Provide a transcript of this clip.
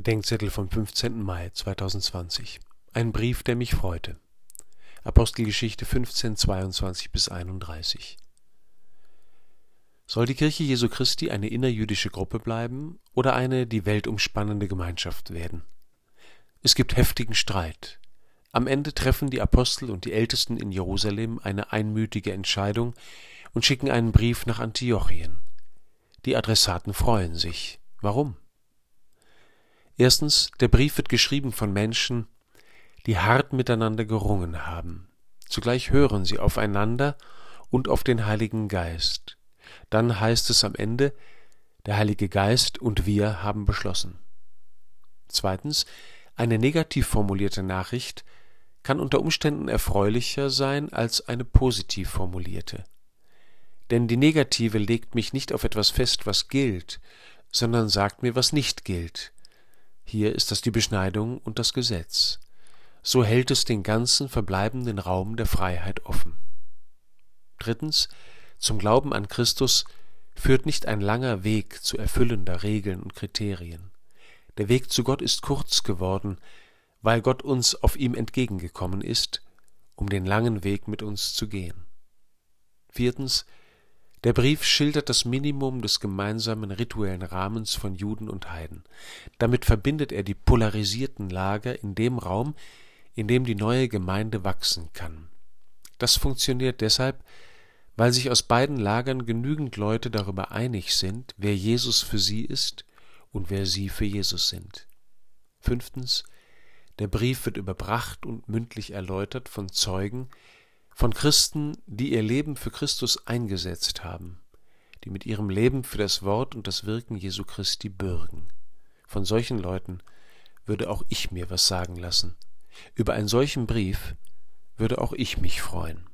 Bedenkzettel vom 15. Mai 2020. Ein Brief, der mich freute. Apostelgeschichte 15, 22-31. Soll die Kirche Jesu Christi eine innerjüdische Gruppe bleiben oder eine die weltumspannende Gemeinschaft werden? Es gibt heftigen Streit. Am Ende treffen die Apostel und die Ältesten in Jerusalem eine einmütige Entscheidung und schicken einen Brief nach Antiochien. Die Adressaten freuen sich. Warum? Erstens, der Brief wird geschrieben von Menschen, die hart miteinander gerungen haben. Zugleich hören sie aufeinander und auf den Heiligen Geist. Dann heißt es am Ende, der Heilige Geist und wir haben beschlossen. Zweitens, eine negativ formulierte Nachricht kann unter Umständen erfreulicher sein als eine positiv formulierte. Denn die negative legt mich nicht auf etwas fest, was gilt, sondern sagt mir, was nicht gilt. Hier ist das die Beschneidung und das Gesetz. So hält es den ganzen verbleibenden Raum der Freiheit offen. Drittens, zum Glauben an Christus führt nicht ein langer Weg zu erfüllender Regeln und Kriterien. Der Weg zu Gott ist kurz geworden, weil Gott uns auf ihm entgegengekommen ist, um den langen Weg mit uns zu gehen. Viertens, der Brief schildert das Minimum des gemeinsamen rituellen Rahmens von Juden und Heiden. Damit verbindet er die polarisierten Lager in dem Raum, in dem die neue Gemeinde wachsen kann. Das funktioniert deshalb, weil sich aus beiden Lagern genügend Leute darüber einig sind, wer Jesus für sie ist und wer sie für Jesus sind. Fünftens, der Brief wird überbracht und mündlich erläutert von Zeugen, von Christen, die ihr Leben für Christus eingesetzt haben, die mit ihrem Leben für das Wort und das Wirken Jesu Christi bürgen. Von solchen Leuten würde auch ich mir was sagen lassen. Über einen solchen Brief würde auch ich mich freuen.